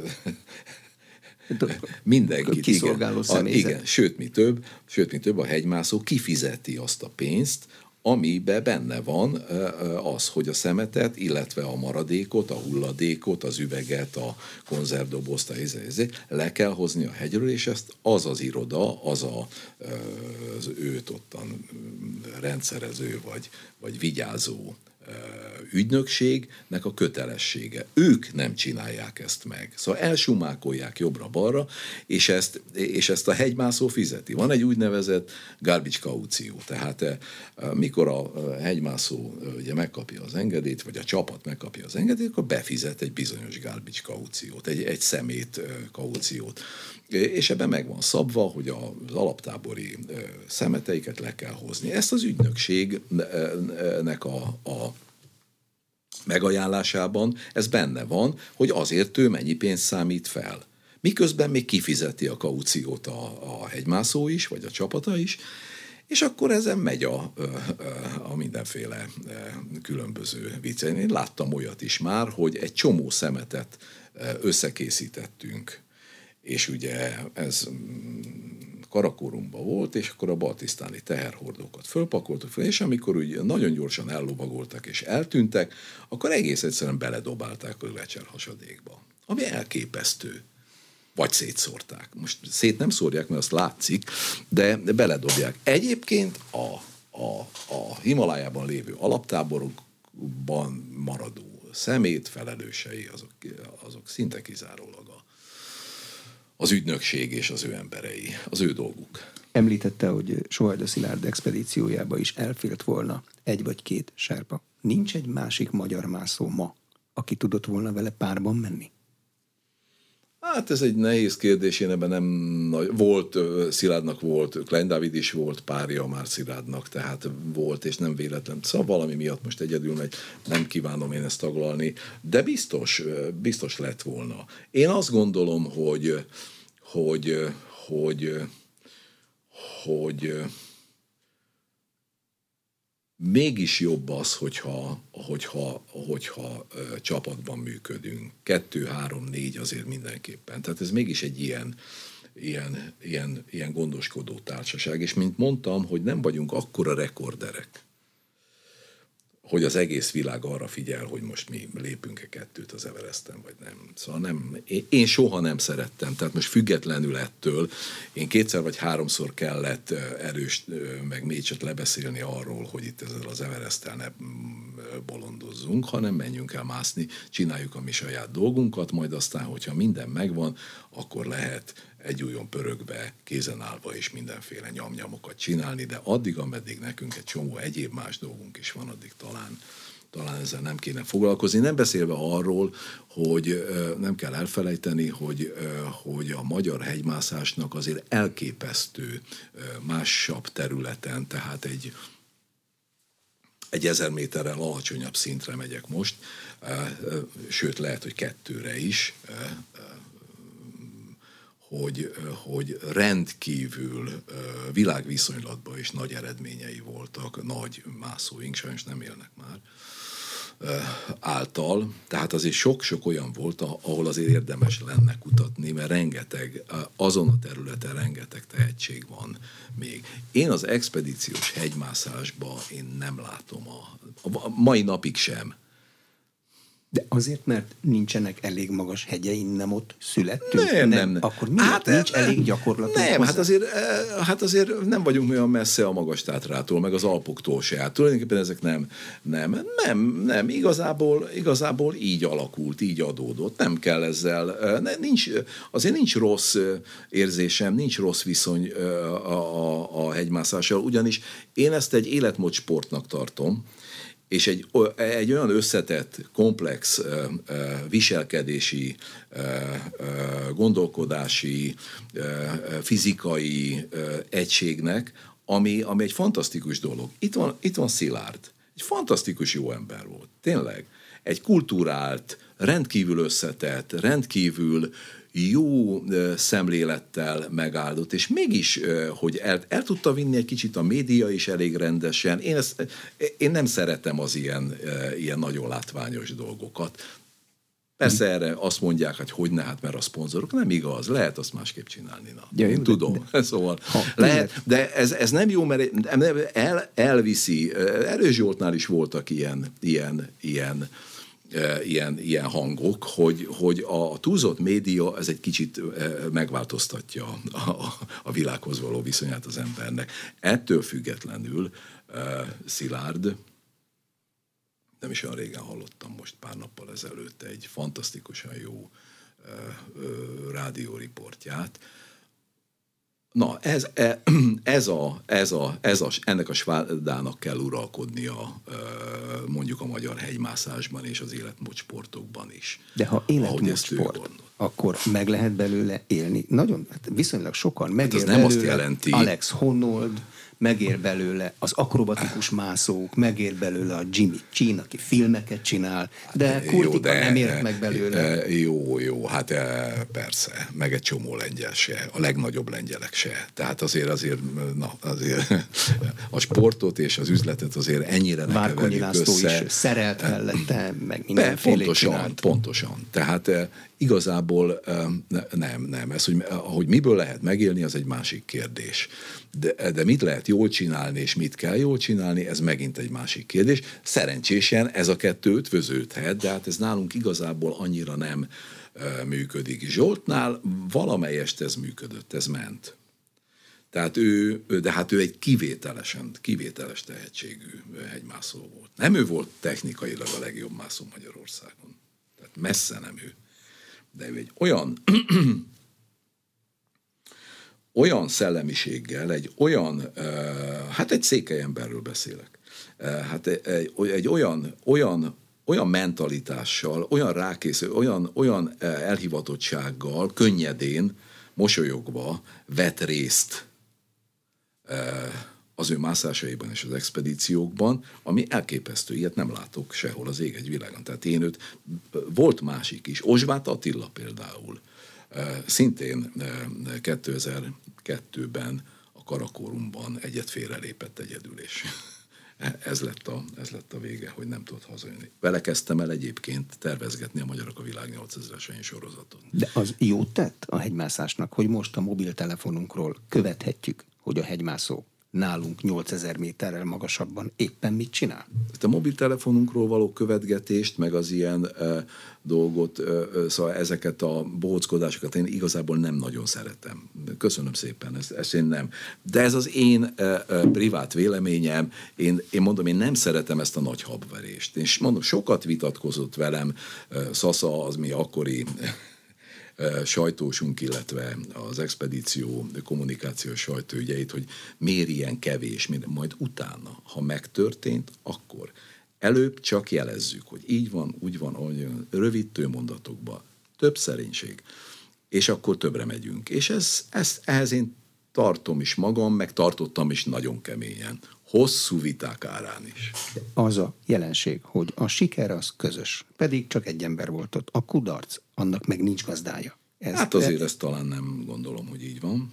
mindenkit, kiszolgáló igen, a, igen, sőt mi több, sőt mi több, a hegymászó kifizeti azt a pénzt, amiben benne van az, hogy a szemetet, illetve a maradékot, a hulladékot, az üveget, a konzervdobozt, a izé, le kell hozni a hegyről, és ezt az az iroda, az a, az őt ottan rendszerező, vagy, vagy vigyázó ügynökségnek a kötelessége. Ők nem csinálják ezt meg. Szóval elsumákolják jobbra-balra, és ezt, és ezt a hegymászó fizeti. Van egy úgynevezett garbage kaució, tehát mikor a hegymászó ugye megkapja az engedélyt, vagy a csapat megkapja az engedélyt, akkor befizet egy bizonyos garbage kauciót, egy, egy szemét kauciót. És ebben meg van szabva, hogy az alaptábori szemeteiket le kell hozni. Ezt az ügynökségnek a, a megajánlásában ez benne van, hogy azért ő mennyi pénzt számít fel. Miközben még kifizeti a kauciót a, a hegymászó is, vagy a csapata is, és akkor ezen megy a, a mindenféle különböző viccen. Én láttam olyat is már, hogy egy csomó szemetet összekészítettünk, és ugye ez Karakorumban volt, és akkor a baltisztáni teherhordókat fölpakoltuk fel, és amikor úgy nagyon gyorsan ellovagoltak és eltűntek, akkor egész egyszerűen beledobálták a lecserhasadékba. Ami elképesztő. Vagy szétszórták. Most szét nem szórják, mert azt látszik, de beledobják. Egyébként a, a, a Himalájában lévő alaptáborokban maradó szemét felelősei, azok, azok szinte kizárólag a az ügynökség és az ő emberei, az ő dolguk. Említette, hogy Sohajda Szilárd expedíciójába is elfélt volna egy vagy két serpa. Nincs egy másik magyar mászó ma, aki tudott volna vele párban menni? Hát ez egy nehéz kérdés, én ebben nem nagy... Volt, Szilárdnak volt, Klein Dávid is volt párja már Szilárdnak, tehát volt, és nem véletlen. Szóval valami miatt most egyedül megy, nem kívánom én ezt taglalni, de biztos, biztos lett volna. Én azt gondolom, hogy, hogy, hogy, hogy mégis jobb az, hogyha, hogyha, hogyha ö, csapatban működünk. Kettő, három, négy azért mindenképpen. Tehát ez mégis egy ilyen, ilyen, ilyen, ilyen gondoskodó társaság. És mint mondtam, hogy nem vagyunk akkora rekorderek, hogy az egész világ arra figyel, hogy most mi lépünk-e kettőt az Everesten, vagy nem. Szóval nem, én, én soha nem szerettem, tehát most függetlenül ettől, én kétszer vagy háromszor kellett erős, meg mélycset lebeszélni arról, hogy itt ezzel az Everesttel ne bolondozzunk, hanem menjünk el mászni, csináljuk a mi saját dolgunkat, majd aztán, hogyha minden megvan, akkor lehet egy újon pörögbe, kézen állva és mindenféle nyamnyamokat csinálni, de addig, ameddig nekünk egy csomó egyéb más dolgunk is van, addig talán, talán ezzel nem kéne foglalkozni. Nem beszélve arról, hogy nem kell elfelejteni, hogy, hogy a magyar hegymászásnak azért elképesztő másabb területen, tehát egy egy ezer méterrel alacsonyabb szintre megyek most, sőt lehet, hogy kettőre is, Hogy, hogy rendkívül világviszonylatban is nagy eredményei voltak, nagy mászóink, sajnos nem élnek már, által. Tehát azért sok-sok olyan volt, ahol azért érdemes lenne kutatni, mert rengeteg, azon a területen rengeteg tehetség van még. Én az expedíciós hegymászásban én nem látom a, a mai napig sem. De azért, mert nincsenek elég magas hegyei, nem ott születtünk? Nem, nem. nem. Akkor miért hát, nincs nem, elég gyakorlatunk? Nem, hát azért, hát azért nem vagyunk olyan messze a Magas-Tátrától, meg az Alpoktól se. Hát tulajdonképpen ezek nem, nem, nem, nem. Igazából, igazából így alakult, így adódott. Nem kell ezzel, nincs, azért nincs rossz érzésem, nincs rossz viszony a, a, a hegymászással, ugyanis én ezt egy életmód sportnak tartom, és egy, egy olyan összetett, komplex viselkedési, gondolkodási, fizikai egységnek, ami, ami egy fantasztikus dolog. Itt van, itt van Szilárd. Egy fantasztikus jó ember volt. Tényleg. Egy kultúrált, rendkívül összetett, rendkívül jó szemlélettel megáldott, és mégis, hogy el, el tudta vinni egy kicsit a média is elég rendesen. Én, ezt, én nem szeretem az ilyen, ilyen nagyon látványos dolgokat. Persze erre azt mondják, hogy hogyne, hát mert a szponzorok, nem igaz, lehet azt másképp csinálni. Na. Ja, én de, tudom, de, szóval ha, lehet, de ez, ez nem jó, mert el, elviszi. Erős Zsoltnál is voltak ilyen, ilyen, ilyen Ilyen, ilyen hangok, hogy, hogy a túlzott média ez egy kicsit megváltoztatja a, a világhoz való viszonyát az embernek. Ettől függetlenül Szilárd, nem is olyan régen hallottam most pár nappal ezelőtt egy fantasztikusan jó rádióriportját. Na, ez, ez, a, ez, a, ez a, ennek a svádának kell uralkodnia mondjuk a magyar hegymászásban és az életmódsportokban is. De ha életmódsport, akkor meg lehet belőle élni. Nagyon, hát viszonylag sokan megér hát nem belőle azt jelenti. Alex Honnold, megér belőle az akrobatikus mászók, megér belőle a Jimmy Chin, aki filmeket csinál, de Kurtika nem ért meg belőle. Jó, jó, hát persze, meg egy csomó lengyel se, a legnagyobb lengyelek se. Tehát azért azért, na, azért a sportot és az üzletet azért ennyire ne keverjük össze. Is szerelt mellette, meg mindenfélét pontosan, csinált. Pontosan, tehát igazából nem, nem. Ez, hogy, hogy miből lehet megélni, az egy másik kérdés. De, de mit lehet jól csinálni, és mit kell jól csinálni, ez megint egy másik kérdés. Szerencsésen ez a kettő ötvöződhet, de hát ez nálunk igazából annyira nem uh, működik. Zsoltnál valamelyest ez működött, ez ment. Tehát ő, de hát ő egy kivételesen, kivételes tehetségű hegymászó volt. Nem ő volt technikailag a legjobb mászó Magyarországon. Tehát messze nem ő. De ő egy olyan olyan szellemiséggel, egy olyan, hát egy székely emberről beszélek, hát egy, egy olyan, olyan olyan mentalitással, olyan rákészül, olyan, olyan elhivatottsággal, könnyedén, mosolyogva vett részt az ő mászásaiban és az expedíciókban, ami elképesztő, ilyet nem látok sehol az ég egy világon. Tehát én őt, volt másik is, Osváth Attila például, szintén kétezer-kettőben a Karakorumban egyet félrelépett egyedül, és ez lett, a, ez lett a vége, hogy nem tudott hazajönni. Vele kezdtem el egyébként tervezgetni a Magyarok a világ nyolcezeresein sorozatot. De az jót tett a hegymászásnak, hogy most a mobiltelefonunkról követhetjük, hogy a hegymászó nálunk nyolcezer méterrel magasabban éppen mit csinál? A mobiltelefonunkról való követgetést, meg az ilyen e, dolgot, e, szóval ezeket a bohóckodásokat én igazából nem nagyon szeretem. Köszönöm szépen, ezt, ezt én nem. De ez az én e, e, privát véleményem, én, én mondom, én nem szeretem ezt a nagy habverést. És mondom, sokat vitatkozott velem e, Szasza, az mi akkori sajtósunk, illetve az expedíció kommunikációs sajtóügyeit, hogy miért ilyen kevés, majd utána, ha megtörtént, akkor előbb csak jelezzük, hogy így van, úgy van, olyan rövid tőmondatokban, több szerénység, és akkor többre megyünk. És ez, ez, ehhez én tartom is magam, meg tartottam is nagyon keményen. Hosszú viták árán is. Az a jelenség, hogy a siker az közös, pedig csak egy ember volt ott. A kudarc, annak meg nincs gazdája. Ez hát azért ezt talán nem gondolom, hogy így van.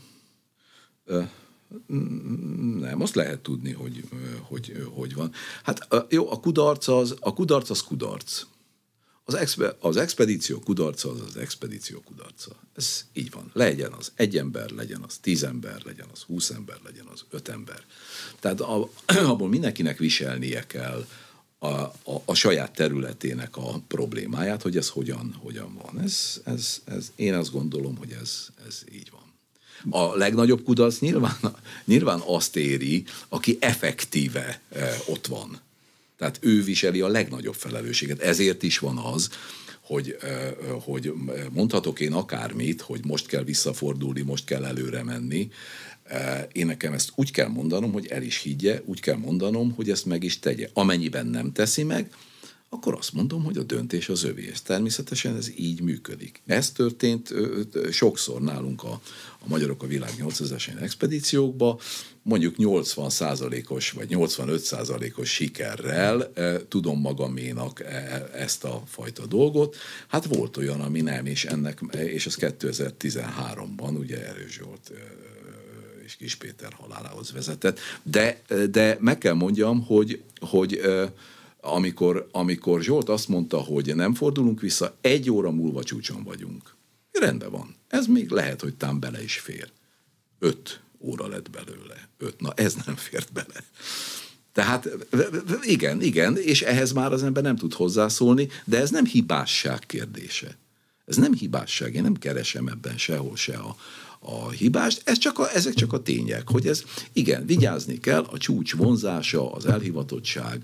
Nem, azt lehet tudni, hogy hogy, hogy van. Hát jó, a kudarc az, a kudarc az kudarc. Az, expe, az expedíció kudarca az az expedíció kudarca. Ez így van. Legyen az egy ember, legyen az tíz ember, legyen az húsz ember, legyen az öt ember. Tehát abból mindenkinek viselnie kell a, a, a saját területének a problémáját, hogy ez hogyan, hogyan van. Ez, ez, ez, én azt gondolom, hogy ez, ez így van. A legnagyobb kudarc nyilván, nyilván azt éri, aki effektíve ott van. Tehát ő viseli a legnagyobb felelősséget. Ezért is van az, hogy, hogy mondhatok én akármit, hogy most kell visszafordulni, most kell előre menni. Én nekem ezt úgy kell mondanom, hogy el is higgye, úgy kell mondanom, hogy ezt meg is tegye. Amennyiben nem teszi meg, akkor azt mondom, hogy a döntés az övé. Ez természetesen ez így működik. Ez történt sokszor nálunk a, a Magyarok a világ nyolcezeresein expedíciókban, mondjuk nyolcvan százalékos vagy nyolcvanöt százalékos sikerrel e, tudom magaménak e, ezt a fajta dolgot. Hát volt olyan, ami nem, és ennek, és ez kétezer-tizenháromban ugye Erős Zsolt e, és Kis Péter halálához vezetett. De, de meg kell mondjam, hogy, hogy e, amikor, amikor Zsolt azt mondta, hogy nem fordulunk vissza, egy óra múlva csúcson vagyunk. Rendben van. Ez még lehet, hogy tám bele is fér. Öt óra lett belőle. Öt. Na, ez nem fért bele. Tehát igen, igen, és ehhez már az ember nem tud hozzászólni, de ez nem hibásság kérdése. Ez nem hibásság, én nem keresem ebben sehol se a, a hibást, ez csak a, ezek csak a tények, hogy ez, igen, vigyázni kell, a csúcs vonzása, az elhivatottság,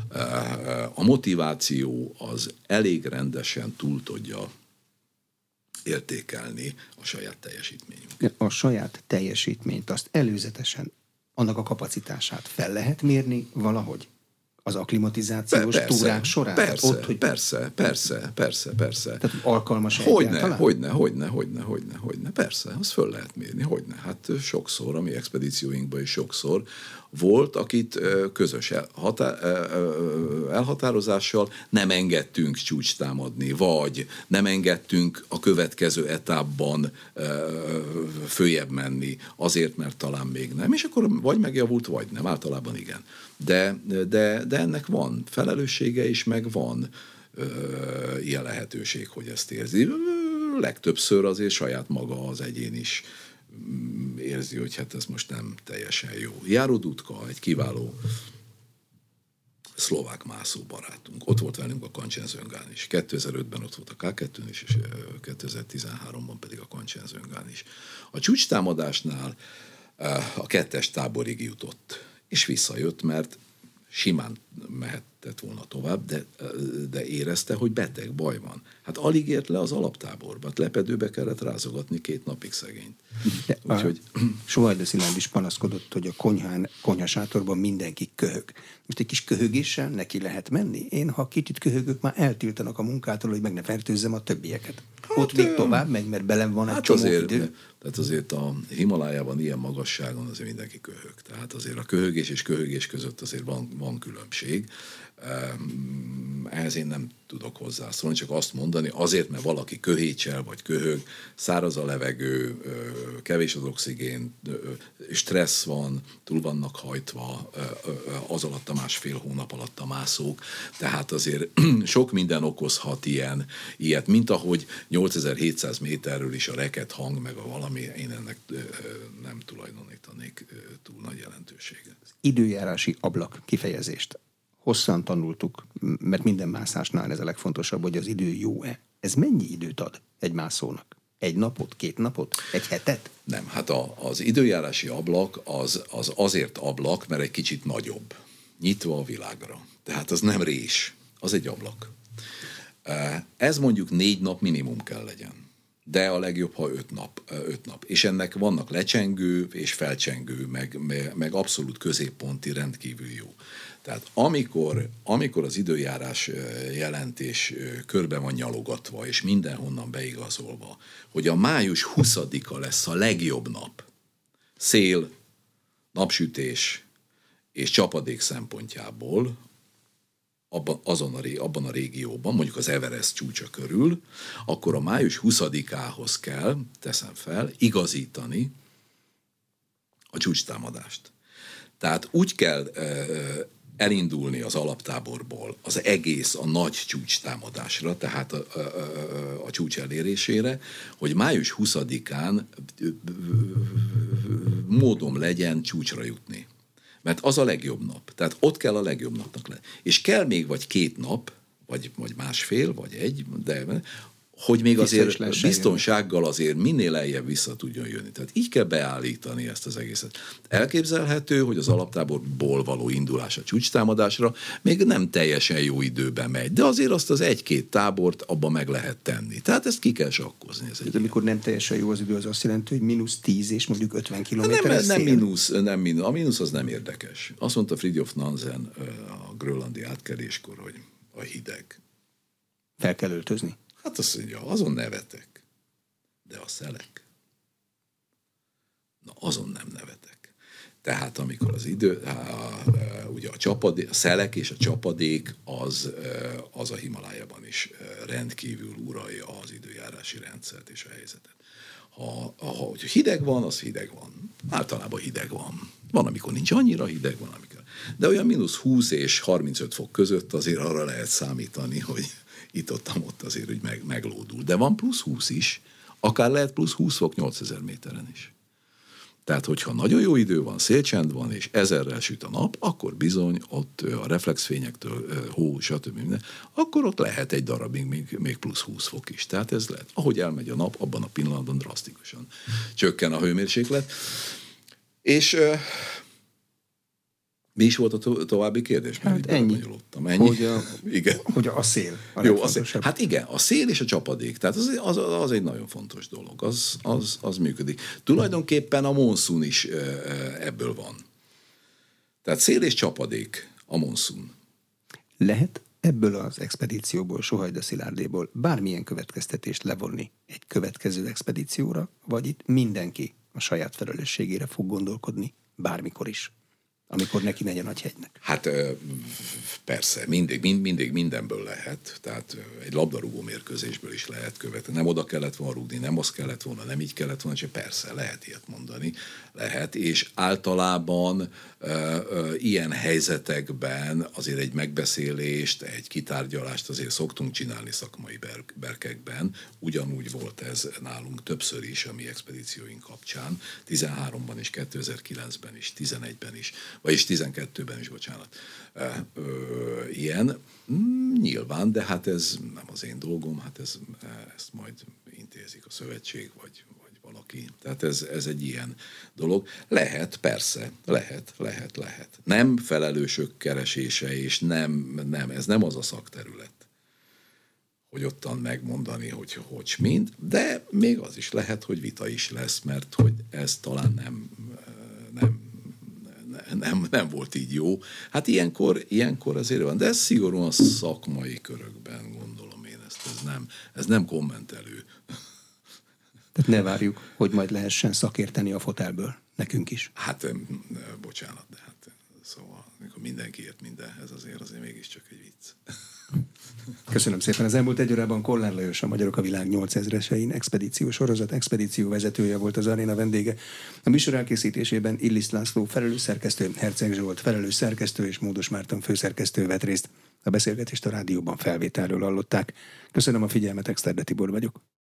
a motiváció az elég rendesen túl tudja értékelni a saját teljesítményünket. A saját teljesítményt, azt előzetesen, annak a kapacitását fel lehet mérni valahogy? Az akklimatizációs persze, túrák során? Persze, ott, hogy... persze, persze, persze, persze. Tehát alkalmas hogyne, hogyne, hogyne, hogyne, hogyne, hogyne, persze, azt föl lehet mérni, hogyne. Hát sokszor, a mi expedícióinkban is sokszor volt, akit közös elhatározással nem engedtünk csúcs támadni, vagy nem engedtünk a következő etapban följebb menni, azért, mert talán még nem, és akkor vagy megjavult, vagy nem, általában igen. De, de, de ennek van felelőssége is, meg van ö, ilyen lehetőség, hogy ezt érzi. Legtöbbször azért saját maga az egyén is érzi, hogy hát ez most nem teljesen jó. Járó Dudka, egy kiváló szlovák mászó barátunk. Ott volt velünk a Kancsen-Zöngán is. kétezer-ötben ott volt a ká kettőn is, és kétezer-tizenháromban pedig a Kancsen-Zöngán is. A csúcstámadásnál a kettes táborig jutott, és visszajött, mert simán mehet, tett volna tovább, de, de érezte, hogy beteg, baj van. Hát alig ért le az alaptáborba, lepedőbe kellett rázogatni két napig szegényt. Úgyhogy... Sohajda Szilárd is panaszkodott, hogy a konyhán, konyhasátorban mindenki köhög. Most egy kis köhögéssel neki lehet menni? Én, ha kicsit köhögök, már eltiltanak a munkától, hogy meg ne fertőzzem a többieket. Hát, Ott még tovább megy, mert belem van egy hát csomó azért, idő. Tehát azért a Himalájában ilyen magasságon azért mindenki köhög. Tehát azért a köhögés és köhögés között azért van, van különbség. Ehhez én nem tudok hozzászólni, csak azt mondani, azért, mert valaki köhécsel vagy köhög, száraz a levegő, kevés az oxigén, stressz van, túl vannak hajtva az alatt a másfél hónap alatt a mászók, tehát azért sok minden okozhat ilyen, ilyet, mint ahogy nyolcezer-hétszáz méterről is a reket hang, meg a valami, én ennek nem tulajdonítanék túl nagy jelentőséget. Időjárási ablak kifejezést hosszan tanultuk, mert minden mászásnál ez a legfontosabb, hogy az idő jó-e. Ez mennyi időt ad egy mászónak? Egy napot, két napot, egy hetet? Nem, hát a, az időjárási ablak az, az azért ablak, mert egy kicsit nagyobb. Nyitva a világra. Tehát az nem rés, az egy ablak. Ez mondjuk négy nap minimum kell legyen. De a legjobb, ha öt nap. Öt nap. És ennek vannak lecsengő és felcsengő, meg, meg abszolút középponti, rendkívül jó. Tehát amikor, amikor az időjárás jelentés körbe van nyalogatva, és mindenhonnan beigazolva, hogy a május huszadika lesz a legjobb nap, szél, napsütés és csapadék szempontjából, abban, azon a, abban a régióban, mondjuk az Everest csúcsa körül, akkor a május huszadikához kell, teszem fel, igazítani a csúcstámadást. Tehát úgy kell elindulni az alaptáborból az egész, a nagy csúcstámadásra, tehát a, a, a, a csúcs elérésére, hogy május huszadikán módom legyen csúcsra jutni. Mert az a legjobb nap. Tehát ott kell a legjobb napnak lenni. És kell még vagy két nap, vagy, vagy másfél, vagy egy, de hogy még azért biztonsággal azért minél lejjebb vissza tudjon jönni. Tehát így kell beállítani ezt az egészet. Elképzelhető, hogy az alaptáborból való indulás a csúcstámadásra még nem teljesen jó időben megy, de azért azt az egy-két tábort abban meg lehet tenni. Tehát ezt ki kell sakkozni. Ez de amikor nem teljesen jó az idő, az azt jelenti, hogy mínusz tíz és mondjuk ötven kilométer. Nem, nem mínusz, nem mínusz. A mínusz az nem érdekes. Azt mondta Fridtjof Nansen a grönlandi átkeléskor, hogy a hideg. Fel kell öltözni? Hát azt mondja, azon nevetek. De a szelek? Na, azon nem nevetek. Tehát amikor az idő, ugye a, csapadék, a szelek és a csapadék az, az a Himalájában is rendkívül uralja az időjárási rendszert és a helyzetet. Ha, ha hideg van, az hideg van. Általában hideg van. Van, amikor nincs annyira hideg, van, amikor. De olyan mínusz húsz és harmincöt fok között azért arra lehet számítani, hogy itt-ottam ott azért, hogy meg, meglódul. De van plusz húsz is, akár lehet plusz húsz fok nyolcezer méteren is. Tehát, hogyha nagyon jó idő van, szélcsend van, és ezerrel süt a nap, akkor bizony ott a reflexfényektől, hó, stb. Minden, akkor ott lehet egy darabig még, még plusz húsz fok is. Tehát ez lehet. Ahogy elmegy a nap, abban a pillanatban drasztikusan csökken a hőmérséklet. És mi is volt a to- további kérdés? Hát ennyi. ennyi. Hogy a, igen. Hogy a szél. A Jó, a szél. Hát igen, a szél és a csapadék. Tehát az, az, az egy nagyon fontos dolog. Az, az, az működik. Tulajdonképpen a monszun is ebből van. Tehát szél és csapadék a monszun. Lehet ebből az expedícióból, Sohajda Szilárdéból bármilyen következtetést levonni egy következő expedícióra, vagy itt mindenki a saját felelősségére fog gondolkodni bármikor is, amikor neki megy a Nagyhegynek? Hát persze, mindig, mind, mindig mindenből lehet. Tehát egy labdarúgó mérkőzésből is lehet követni. Nem oda kellett volna rúgni, nem az kellett volna, nem így kellett volna, csak persze, lehet ilyet mondani. Lehet, és általában e, e, ilyen helyzetekben azért egy megbeszélést, egy kitárgyalást azért szoktunk csinálni szakmai ber- berkekben. Ugyanúgy volt ez nálunk többször is a mi expedícióink kapcsán. tizenháromban is, kétezer-kilencben is, tizenegyben is, vagyis tizenkettőben is, bocsánat. E, ö, ilyen. Mm, nyilván, de hát ez nem az én dolgom, hát ez, ezt majd intézik a szövetség, vagy, vagy valaki. valaki. Tehát ez, ez egy ilyen dolog. Lehet, persze, lehet, lehet, lehet. Nem felelősök keresése, és nem, nem, ez nem az a szakterület, hogy ottan megmondani, hogy hogy mind, de még az is lehet, hogy vita is lesz, mert hogy ez talán nem, nem, nem, nem volt így jó. Hát ilyenkor, ilyenkor azért van, de ez szigorúan szakmai körökben gondolom én ezt, ez nem, ez nem kommentelő. Tehát ne várjuk, hogy majd lehessen szakérteni a fotelből, nekünk is. Hát, bocsánat, de hát szóval, amikor mindenki ért mindenhez, azért azért mégiscsak egy vicc. Köszönöm szépen. Az elmúlt egy órában Kollár Lajos, a Magyarok a Világ nyolcezresein expedíció sorozat expedíció vezetője volt az aréna vendége. A műsor elkészítésében Illis László felelős szerkesztő, Herceg Zsolt felelős szerkesztő és Módos Márton főszerkesztő vett részt. A beszélgetést a rádióban felvételről hallották. Köszönöm a figyelmet, Exterde Tibor vagyok.